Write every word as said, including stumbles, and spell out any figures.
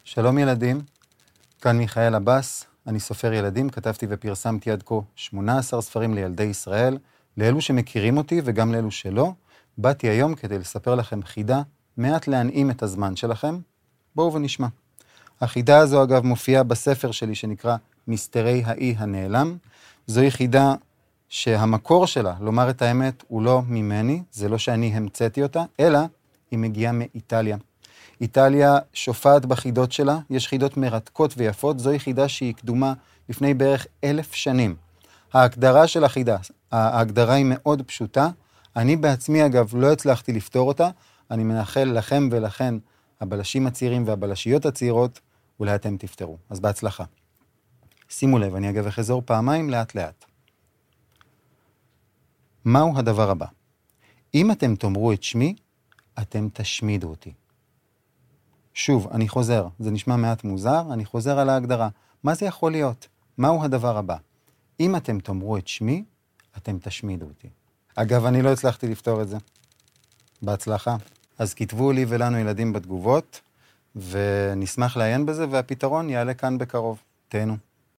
שלום ילדים, כאן מיכאל אבס, אני סופר ילדים, כתבתי ופרסמתי עד כה שמונה עשר ספרים לילדי ישראל, לאלו שמכירים אותי וגם לאלו שלא. באתי היום כדי לספר לכם חידה, מעט להנעים את הזמן שלכם. בואו ונשמע. החידה הזו אגב מופיעה בספר שלי שנקרא מסתרי האי הנעלם. זוהי חידה שהמקור שלה, לומר את האמת, הוא לא ממני, זה לא שאני המצאתי אותה, אלא היא מגיעה מאיטליה. איטליה שופעת בחידות שלה, יש חידות מרתקות ויפות, זוהי חידה שהיא קדומה לפני בערך אלף שנים. ההגדרה של החידה, ההגדרה היא מאוד פשוטה, אני בעצמי אגב לא הצלחתי לפתור אותה, אני מנחל לכם ולכן הבלשים הצעירים והבלשיות הצעירות, אולי אתם תפתרו, אז בהצלחה. שימו לב, אני אגב אחזור פעמיים לאט לאט. מהו הדבר הבא? אם אתם תאמרו את שמי, אתם תשמידו אותי. שוב, אני חוזר, זה נשמע מעט מוזר, אני חוזר על ההגדרה. מה זה יכול להיות? מהו הדבר הבא? אם אתם תאמרו את שמי, אתם תשמידו אותי. אגב, אני לא הצלחתי לפתור את זה. בהצלחה. אז כתבו לי ולנו ילדים בתגובות, ונשמח לעיין בזה, והפתרון יעלה כאן בקרוב. תהנו.